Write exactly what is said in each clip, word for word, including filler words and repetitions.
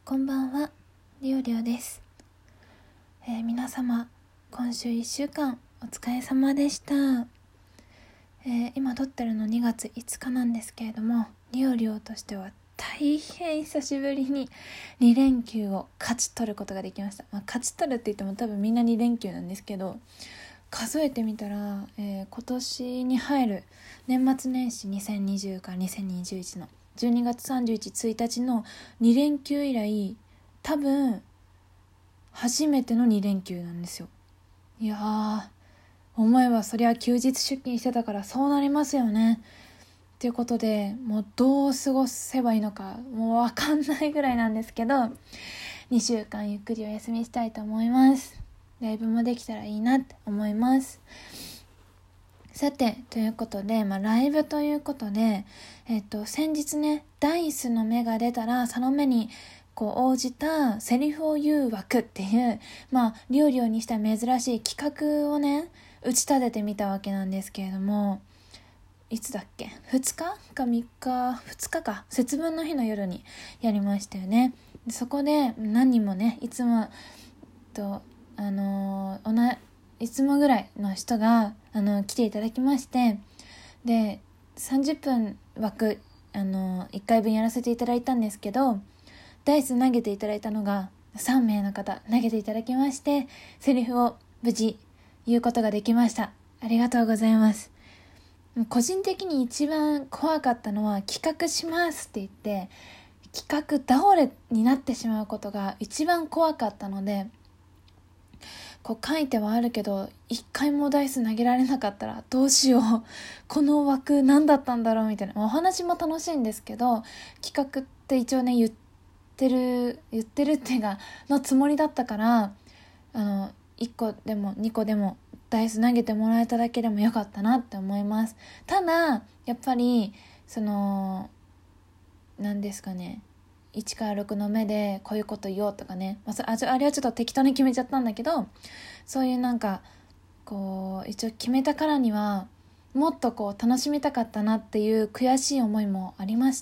こんばんは、りょうりょうです、えー、皆様今週いっしゅうかんお疲れ様でした、えー、今撮ってるのにがついつかなんですけれども、りょうりょうとしては大変久しぶりににれんきゅうを勝ち取ることができました、まあ、勝ち取るって言っても多分みんなにれんきゅうなんですけど、数えてみたら、えー、今年に入る年末年始にせんにじゅうからにせんにじゅういちのじゅうにがつさんじゅういち、ついたちのにれんきゅう以来多分初めてのにれんきゅうなんですよ。いやー、思えばそりゃ休日出勤してたからそうなりますよね。ということで、もうどう過ごせばいいのかもう分かんないぐらいなんですけど、にしゅうかんゆっくりお休みしたいと思います。ライブもできたらいいなって思います。さて、ということで、まあ、ライブということで、えっと、先日ね、ダイスの目が出たら、その目にこう応じたセリフを言う枠っていう、まあ、りょうりょうにした珍しい企画をね、打ち立ててみたわけなんですけれども、いつだっけ ?ふつか かみっか、ふつかか、節分の日の夜にやりましたよね。でそこで何人もね、いつも、と、あのー、おないつもぐらいの人があの来ていただきまして、でさんじゅっぷん枠あのいっかいぶんやらせていただいたんですけど、ダイス投げていただいたのがさんめいの方投げていただきまして、セリフを無事言うことができました。ありがとうございます。個人的に一番怖かったのは、企画しますって言って企画倒れになってしまうことが一番怖かったので、こう書いてはあるけど一回もダイス投げられなかったらどうしよう、この枠何だったんだろうみたいな。お話も楽しいんですけど、企画って一応ね言ってる言ってるっていうかのつもりだったから、あのいっこでもにこでもダイス投げてもらえただけでもよかったなって思います。ただやっぱりその何ですかね、いちからろくの目でこういうこと言おうとかね、まあ、あれはちょっと適当に決めちゃったんだけど、そういうなんかこう一応決めたからにはもっとこう楽しみたかったなっていう悔しい思いもありまして、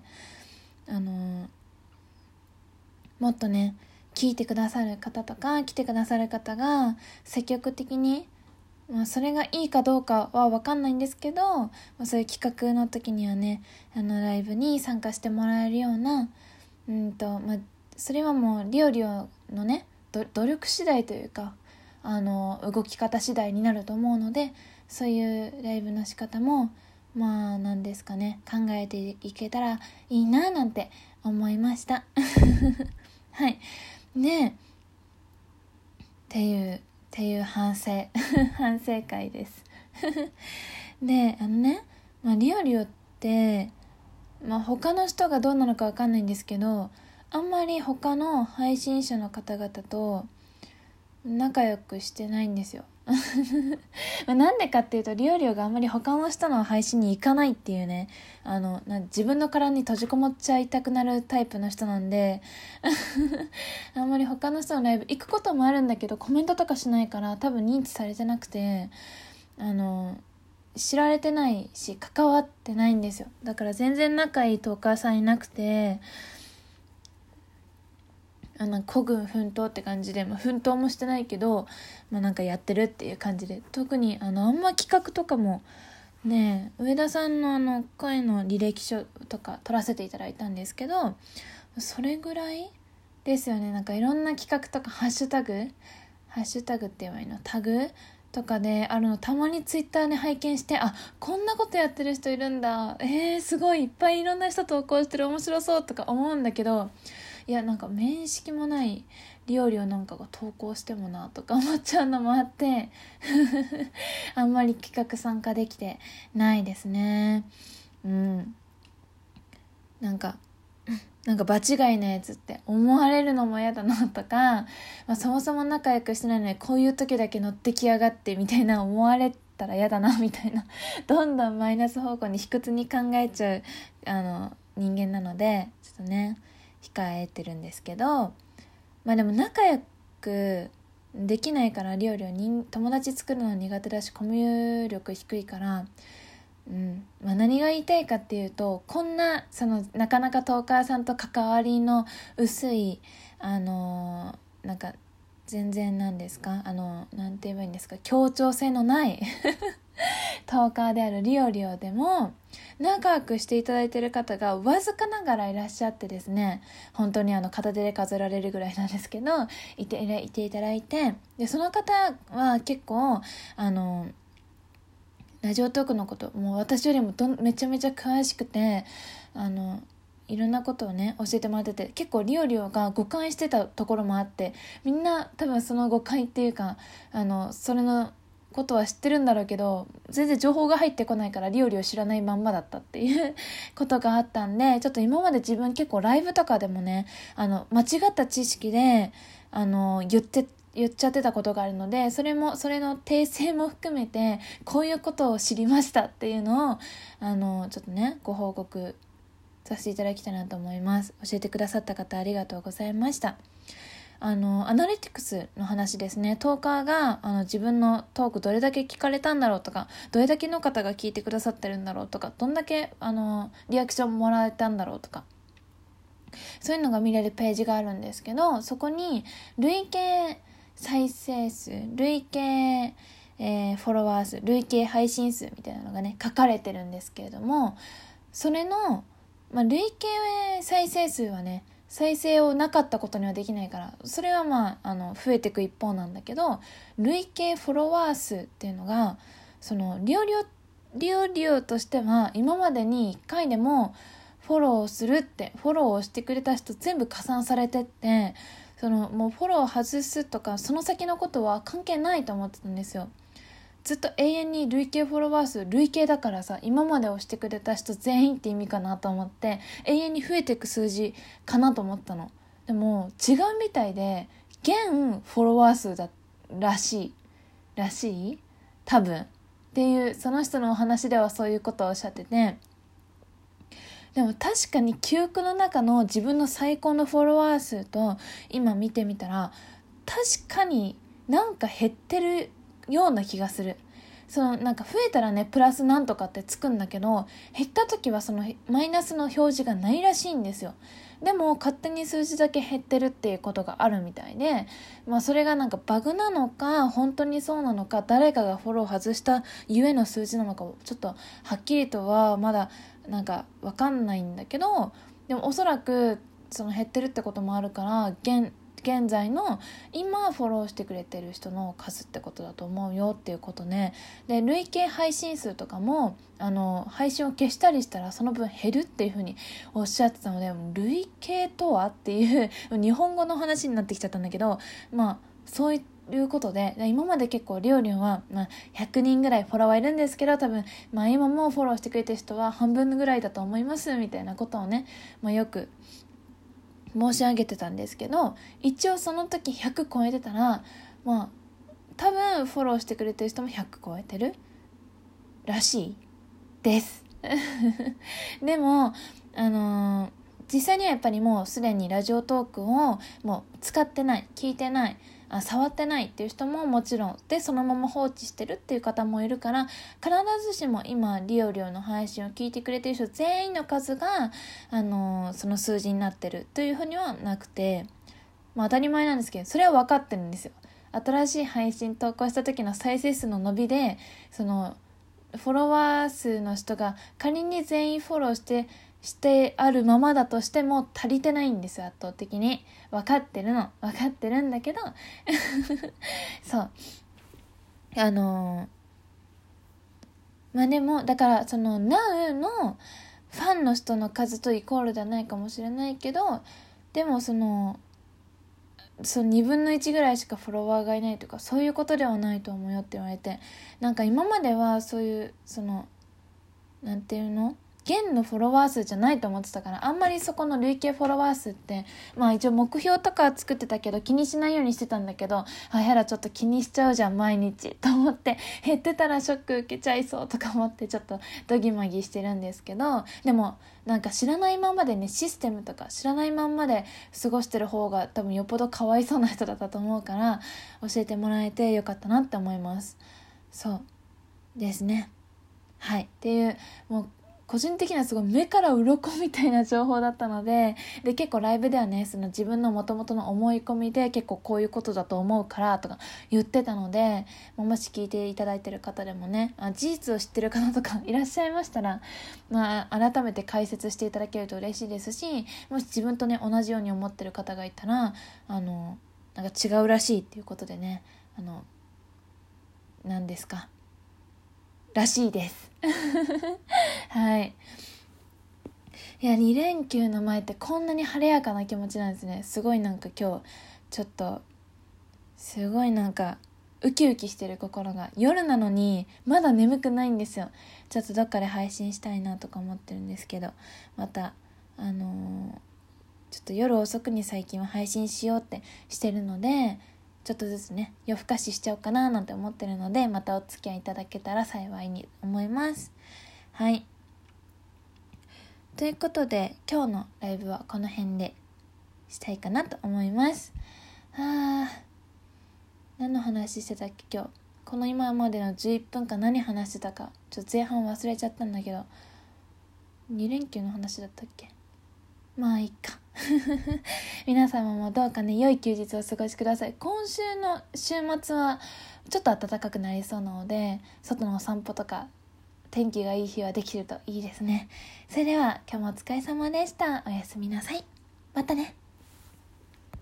あのもっとね聞いてくださる方とか来てくださる方が積極的に、まあ、それがいいかどうかは分かんないんですけど、まあ、そういう企画の時にはね、あのライブに参加してもらえるような、うんとまあ、それはもうリオリオのね努力次第というか、あの動き方次第になると思うので、そういうライブの仕方もまあなんですかね、考えていけたらいいななんて思いましたはいね、っていうっていう反省反省会ですで、あのね、まあ、リオリオってまあ、他の人がどうなのか分かんないんですけど、あんまり他の配信者の方々と仲良くしてないんですよなんでかっていうと、リオリオがあんまり他の人の配信に行かないっていうね、あのな自分の殻に閉じこもっちゃいたくなるタイプの人なんであんまり他の人のライブ行くこともあるんだけど、コメントとかしないから多分認知されてなくて、あの知られてないし関わってないんですよ。だから全然仲いいトーカーさんいなくて、あの孤軍奮闘って感じで、まあ、奮闘もしてないけど、まあ、なんかやってるっていう感じで、特にあのあんま企画とかもね、上田さんのあの声の履歴書とか撮らせていただいたんですけど、それぐらいですよね。なんかいろんな企画とかハッシュタグハッシュタグって言えばいいの、タグとかであるのたまにツイッターで拝見して、あ、こんなことやってる人いるんだ、えー、すごいいっぱいいろんな人投稿してる、面白そうとか思うんだけど、いやなんか面識もないリオリオなんかが投稿してもなとか思っちゃうのもあってあんまり企画参加できてないですね。うんなんかなんか場違いなやつって思われるのも嫌だなとか、まあ、そもそも仲良くしてないのにこういう時だけ乗ってきやがってみたいな思われたら嫌だなみたいなどんどんマイナス方向に卑屈に考えちゃうあの人間なので、ちょっとね控えてるんですけど、まあでも仲良くできないから、りょうりょうに友達作るの苦手だしコミュ力低いから、 うんまあ、何が言いたいかっていうと、こんなそのなかなかトーカーさんと関わりの薄いあのー、なんか全然なんですかあのなんて言えばいいんですか、協調性のないトーカーであるリオリオでも仲良くしていただいている方がわずかながらいらっしゃってですね、本当にあの片手で数られるぐらいなんですけど、いていていただいて、でその方は結構あのラジオトークのこともう私よりもどんめちゃめちゃ詳しくて、あのいろんなことをね教えてもらってて、結構リオリオが誤解してたところもあって、みんな多分その誤解っていうかあのそれのことは知ってるんだろうけど、全然情報が入ってこないからリオリオ知らないまんまだったっていうことがあったんで、ちょっと今まで自分結構ライブとかでもねあの間違った知識であの言って言っちゃってたことがあるので、それもそれの訂正も含めてこういうことを知りましたっていうのをあのちょっとねご報告させていただきたいなと思います。教えてくださった方ありがとうございました。あのアナリティクスの話ですね。トーカーがあの自分のトークどれだけ聞かれたんだろうとか、どれだけの方が聞いてくださってるんだろうとか、どんだけあのリアクションもらえたんだろうとか、そういうのが見れるページがあるんですけど、そこに累計再生数、累計、えー、フォロワー数、累計配信数みたいなのがね書かれてるんですけれども、それの、まあ、累計再生数はね再生をなかったことにはできないから、それはまああの増えていく一方なんだけど、累計フォロワー数っていうのがそのリオリオリオリオとしては今までにいっかいでもフォローするってフォローをしてくれた人全部加算されてって、そのもうフォロー外すとかその先のことは関係ないと思ってたんですよ。ずっと永遠に累計フォロワー数累計だからさ、今まで押してくれた人全員って意味かなと思って永遠に増えていく数字かなと思ったの。でも違うみたいで、現フォロワー数だらしいらしい多分っていう、その人のお話ではそういうことをおっしゃってて、でも確かに記憶の中の自分の最高のフォロワー数と今見てみたら確かになんか減ってるような気がする。そのなんか増えたらねプラスなんとかってつくんだけど、減った時はそのマイナスの表示がないらしいんですよ。でも勝手に数字だけ減ってるっていうことがあるみたいで、まあそれがなんかバグなのか本当にそうなのか、誰かがフォロー外したゆえの数字なのかちょっとはっきりとはまだなんか分かんないんだけど、でもおそらくその減ってるってこともあるから現現在の今フォローしてくれてる人の数ってことだと思うよっていうことね。で累計配信数とかもあの配信を消したりしたらその分減るっていう風におっしゃってたので、累計とはっていう日本語の話になってきちゃったんだけど、まあそういうことで、今まで結構りょうりょうは、まあ、ひゃくにんぐらいフォロワーいるんですけど、多分、まあ、今もフォローしてくれてる人は半分ぐらいだと思いますみたいなことをね、まあ、よく申し上げてたんですけど、一応その時ひゃく超えてたらまあ多分フォローしてくれてる人もひゃく超えてるらしいですでもあのー、実際にはやっぱりもうすでにラジオトークをもう使ってない、聞いてない、あ触ってないっていう人ももちろんで、そのまま放置してるっていう方もいるから、必ずしも今リオリオの配信を聞いてくれてる人全員の数が、あのー、その数字になってるというふうにはなくて、まあ、当たり前なんですけど、それは分かってるんですよ。新しい配信投稿した時の再生数の伸びで、そのフォロワー数の人が仮に全員フォローしてしてあるままだとしても足りてないんですよ。圧倒的に分かってるの分かってるんだけどそうあのー、まあでもだからその Now のファンの人の数とイコールではないかもしれないけど、でもそのそのにぶんのいちぐらいしかフォロワーがいないとかそういうことではないと思うよって言われて、なんか今まではそういうそのなんていうの現のフォロワー数じゃないと思ってたから、あんまりそこの累計フォロワー数ってまあ一応目標とかは作ってたけど気にしないようにしてたんだけど、あやらちょっと気にしちゃうじゃん毎日と思って、減ってたらショック受けちゃいそうとか思ってちょっとドギマギしてるんですけど、でもなんか知らないまんまでね、システムとか知らないまんまで過ごしてる方が多分よっぽどかわいそうな人だったと思うから、教えてもらえてよかったなって思います。そうですね。 はいっていう、もう個人的にはすごい目から鱗みたいな情報だったので、で結構ライブではね、その自分の元々の思い込みで結構こういうことだと思うからとか言ってたので、もし聞いていただいてる方でもね、あ事実を知ってる方とかいらっしゃいましたら、まあ、改めて解説していただけると嬉しいですし、もし自分とね同じように思ってる方がいたら、あのなんか違うらしいっていうことでね、あの何ですからしいですはい。いや、に連休の前ってこんなに晴れやかな気持ちなんですね。すごいなんか今日ちょっとすごいなんかウキウキしてる心が、夜なのにまだ眠くないんですよ。ちょっとどっかで配信したいなとか思ってるんですけど、またあのー、ちょっと夜遅くに最近は配信しようってしてるので、ちょっとずつね夜更かししちゃおうかななんて思ってるので、またお付き合いいただけたら幸いに思います。はい、ということで今日のライブはこの辺でしたいかなと思います。あー、何の話してたっけ今日。この今までのじゅういっぷんかん何話してたかちょっと前半忘れちゃったんだけど、に連休の話だったっけ。まあいいか皆様もどうかね、良い休日をお過ごしください。今週の週末はちょっと暖かくなりそうなので、外のお散歩とか天気がいい日はできるといいですね。それでは今日もお疲れ様でした。おやすみなさい。またね。